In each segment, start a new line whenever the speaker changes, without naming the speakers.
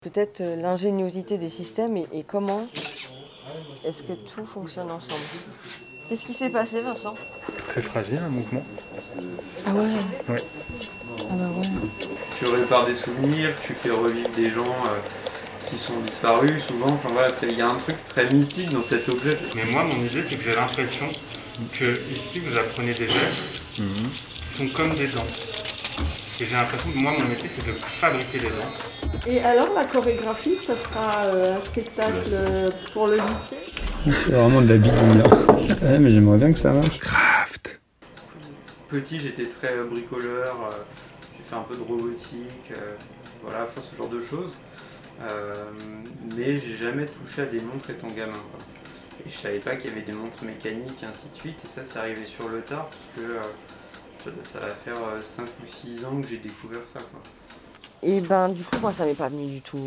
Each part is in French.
Peut-être l'ingéniosité des systèmes et comment est-ce que tout fonctionne ensemble. Qu'est-ce qui s'est passé, Vincent?
Très fragile, un mouvement.
Ah ouais.
Ouais.
Ah bah ouais.
Tu répares des souvenirs, tu fais revivre des gens qui sont disparus souvent. Enfin voilà, il y a un truc très mystique dans cet objet.
Mais moi, mon idée, c'est que j'ai l'impression que ici, vous apprenez des gestes qui sont comme des danses. Et j'ai l'impression que moi, mon métier, c'est de fabriquer des danses.
Et alors, la chorégraphie, ça sera un spectacle pour le lycée?
C'est vraiment de la bidouille là. Ouais, mais j'aimerais bien que ça marche.
Craft.
Petit, j'étais très bricoleur, j'ai fait un peu de robotique, voilà, enfin, ce genre de choses. Mais j'ai jamais touché à des montres étant gamin, quoi. Et je savais pas qu'il y avait des montres mécaniques et ainsi de suite. Et ça, c'est arrivé sur le tard, parce que ça va faire 5 ou 6 ans que j'ai découvert ça, quoi.
Et ben du coup, moi, ça m'est pas venu du tout.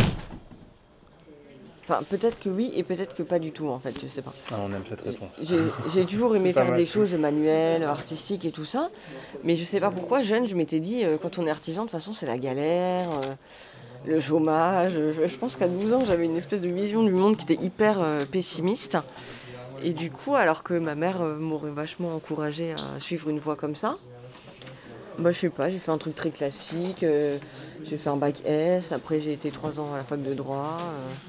Enfin, peut-être que oui et peut-être que pas du tout, en fait, je sais pas.
Ah, on aime cette réponse.
J'ai toujours aimé
pas
faire
mal.
des choses manuelles, artistiques et tout ça. Mais je sais pas pourquoi, jeune, je m'étais dit, quand on est artisan, de toute façon, c'est la galère, le chômage. Je pense qu'à 12 ans, j'avais une espèce de vision du monde qui était hyper pessimiste. Et du coup, alors que ma mère m'aurait vachement encouragée à suivre une voie comme ça, bah je sais pas, j'ai fait un truc très classique, j'ai fait un bac S, après j'ai été 3 ans à la fac de droit.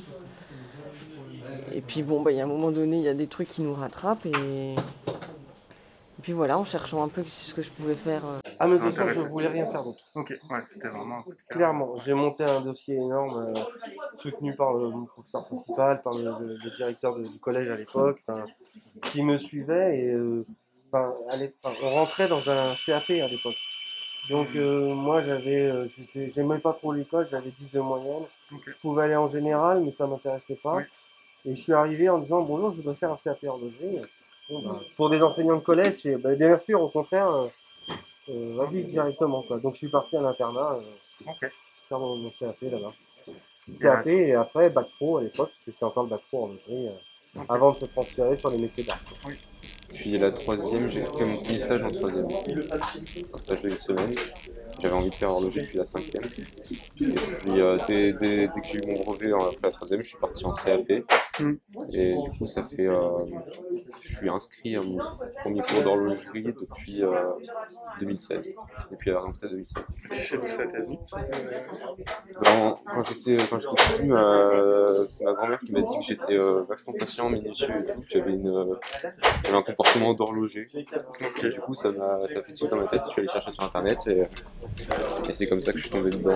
Et puis bon, bah il y a un moment donné, il y a des trucs qui nous rattrapent et puis voilà, en cherchant un peu ce que je pouvais faire.
À mes 2 ans, je voulais rien faire d'autre.
Ok, ouais, c'était vraiment...
Clairement, j'ai monté un dossier énorme, soutenu par mon professeur principal, par le directeur du collège à l'époque, qui me suivait et on rentrait dans un CAP à l'époque. Donc moi j'aimais pas trop l'école, j'avais 10 de moyenne.
Okay.
Je pouvais aller en général, mais ça m'intéressait pas.
Oui.
Et je suis arrivé en disant bonjour, je voudrais faire un CAP horlogerie. Bon, pour des enseignants de collège, bien sûr, au contraire, vas-y directement quoi. Donc je suis parti à l'internat faire mon CAP là-bas. CAP et après bac pro à l'époque, c'était encore le bac pro horlogerie, avant de se transférer sur les métiers d'art.
Oui.
Puis la troisième, j'ai fait mon premier stage en troisième. C'est un stage de 1 semaine. J'avais envie de faire horloger depuis la cinquième. Et puis dès que j'ai eu mon brevet après la troisième, je suis parti en CAP. Et du coup, ça fait... je suis inscrit à mon premier cours d'horlogerie depuis 2016. Depuis la rentrée 2016.
Chez vous, ça t'a dit
Quand j'étais petit, c'est ma grand-mère qui m'a dit que j'étais vachement patient, minutieux et tout, que j'avais un comportement d'horloger. Et du coup, ça fait tilt dans ma tête. Je suis allé chercher sur internet et c'est comme ça que je suis tombé dedans.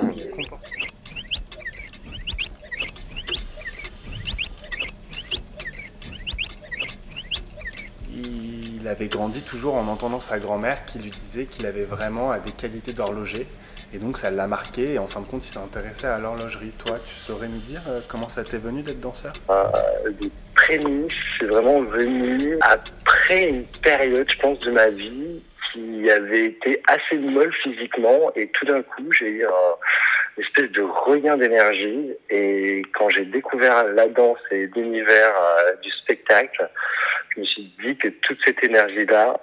Il avait grandi toujours en entendant sa grand-mère qui lui disait qu'il avait vraiment des qualités d'horloger. Et donc ça l'a marqué et en fin de compte il s'est intéressé à l'horlogerie. Toi, tu saurais nous dire comment ça t'est venu d'être danseur?
Les prémices, c'est vraiment venu après une période, je pense, de ma vie qui avait été assez molle physiquement et tout d'un coup j'ai eu une espèce de regain d'énergie et quand j'ai découvert la danse et l'univers du spectacle, je me suis dit que toute cette énergie-là,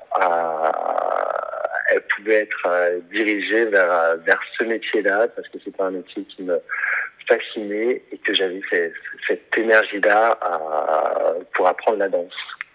elle pouvait être dirigée vers ce métier-là parce que c'était un métier qui me fascinait et que j'avais cette énergie-là pour apprendre la danse.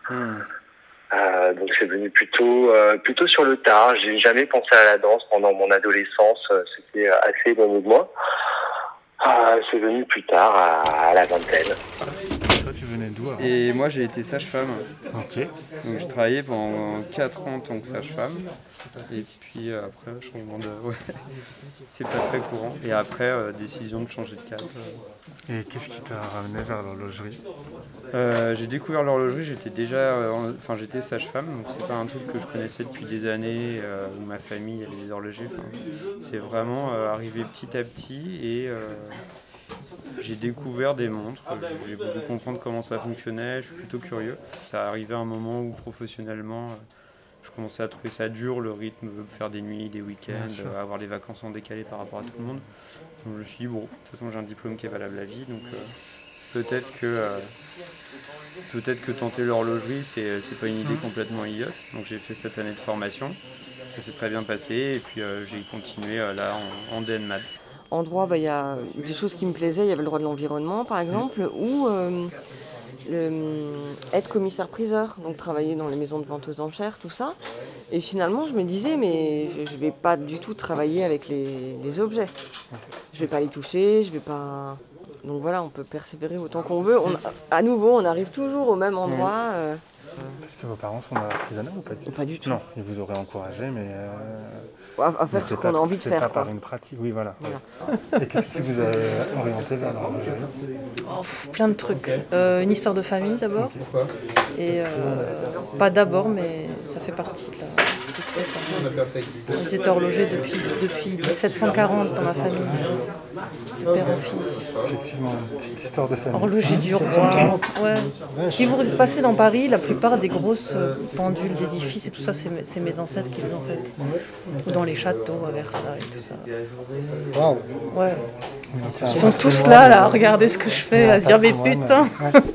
Donc c'est venu plutôt sur le tard. J'ai jamais pensé à la danse pendant mon adolescence. C'était assez éloigné de moi. C'est venu plus tard, à la vingtaine.
Toi, tu venais d'où alors?
Et moi j'ai été sage-femme.
Ok.
Donc j'ai travaillé pendant 4 ans en tant que sage-femme. Et puis après, changement de... Ouais. C'est pas très courant. Et après, décision de changer de cadre.
Et qu'est-ce qui t'a ramené vers l'horlogerie?
J'ai découvert l'horlogerie, j'étais sage-femme, donc c'est pas un truc que je connaissais depuis des années, où ma famille avait des horlogers. C'est vraiment arrivé petit à petit et j'ai découvert des montres, j'ai voulu comprendre comment ça fonctionnait, je suis plutôt curieux. Ça arrivait à un moment où professionnellement, je commençais à trouver ça dur, le rythme, faire des nuits, des week-ends, avoir les vacances en décalé par rapport à tout le monde. Donc je me suis dit, bon, de toute façon j'ai un diplôme qui est valable à vie, donc peut-être que tenter l'horlogerie, c'est pas une idée complètement idiote. Donc j'ai fait cette année de formation, ça s'est très bien passé, et puis j'ai continué là en DNMAD.
endroits, il y a des choses qui me plaisaient. Il y avait le droit de l'environnement, par exemple, ou être commissaire-priseur, donc travailler dans les maisons de vente aux enchères, tout ça. Et finalement, je me disais, mais je ne vais pas du tout travailler avec les objets. Je ne vais pas les toucher, je vais pas... Donc voilà, on peut persévérer autant qu'on veut. À nouveau, on arrive toujours au même endroit.
Est-ce que vos parents sont dans l'artisanat ou pas du tout?
Pas du tout.
Non, ils vous auraient encouragé, mais...
à faire ce qu'on a envie de faire.
C'est pas par une pratique, oui, voilà. Et qu'est-ce qui vous a orienté vers l'horlogerie?
Plein de trucs. Une histoire de famille d'abord. Et pas d'abord, mais ça fait partie de la... Ils étaient horlogers depuis 1740 dans ma famille, de père en fils.
Effectivement, une petite histoire de famille.
Horloger du roi. Ouais. Si vous passez dans Paris, la plupart des grosses pendules d'édifices et tout ça, c'est mes ancêtres qui les ont faites. Ou dans les châteaux à Versailles, tout ça.
Waouh.
Ouais. Ils sont tous là, à regarder ce que je fais, à se dire mais putain.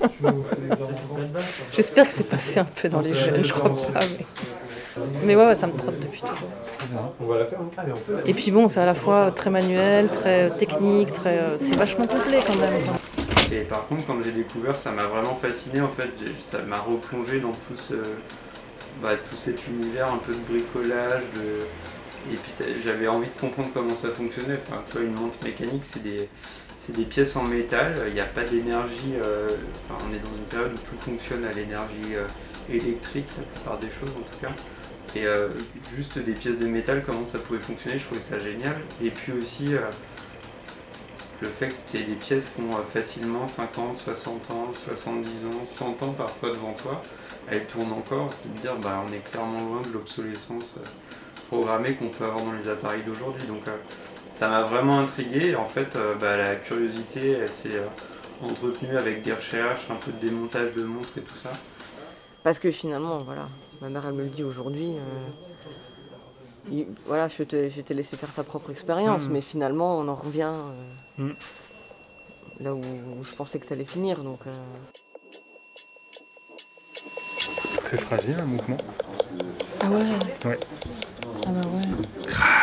J'espère que c'est passé un peu dans les jeunes, je crois pas. Mais ouais, ça me trotte depuis toujours. Et puis bon, c'est à la fois très manuel, très technique, c'est vachement complet quand même.
Et par contre, quand j'ai découvert, ça m'a vraiment fasciné. En fait, ça m'a replongé dans tout cet univers un peu de bricolage. Et puis j'avais envie de comprendre comment ça fonctionnait. Enfin, tu vois, une montre mécanique, c'est des pièces en métal. Il n'y a pas d'énergie. On est dans une période où tout fonctionne à l'énergie électrique, la plupart des choses en tout cas. Et juste des pièces de métal, comment ça pouvait fonctionner, je trouvais ça génial. Et puis aussi le fait que tu aies des pièces qui ont facilement 50, 60 ans, 70 ans, 100 ans parfois devant toi, elles tournent encore, et te dire on est clairement loin de l'obsolescence programmée qu'on peut avoir dans les appareils d'aujourd'hui. Donc ça m'a vraiment intrigué. Et en fait, la curiosité, elle s'est entretenue avec des recherches, un peu de démontage de montres et tout ça.
Parce que finalement, voilà, ma mère elle me le dit aujourd'hui, voilà, je t'ai laissé faire ta propre expérience, mais finalement on en revient là où je pensais que tu allais finir. Donc,
C'est fragile un mouvement.
Ah ouais.
Ouais.
Ah bah ouais.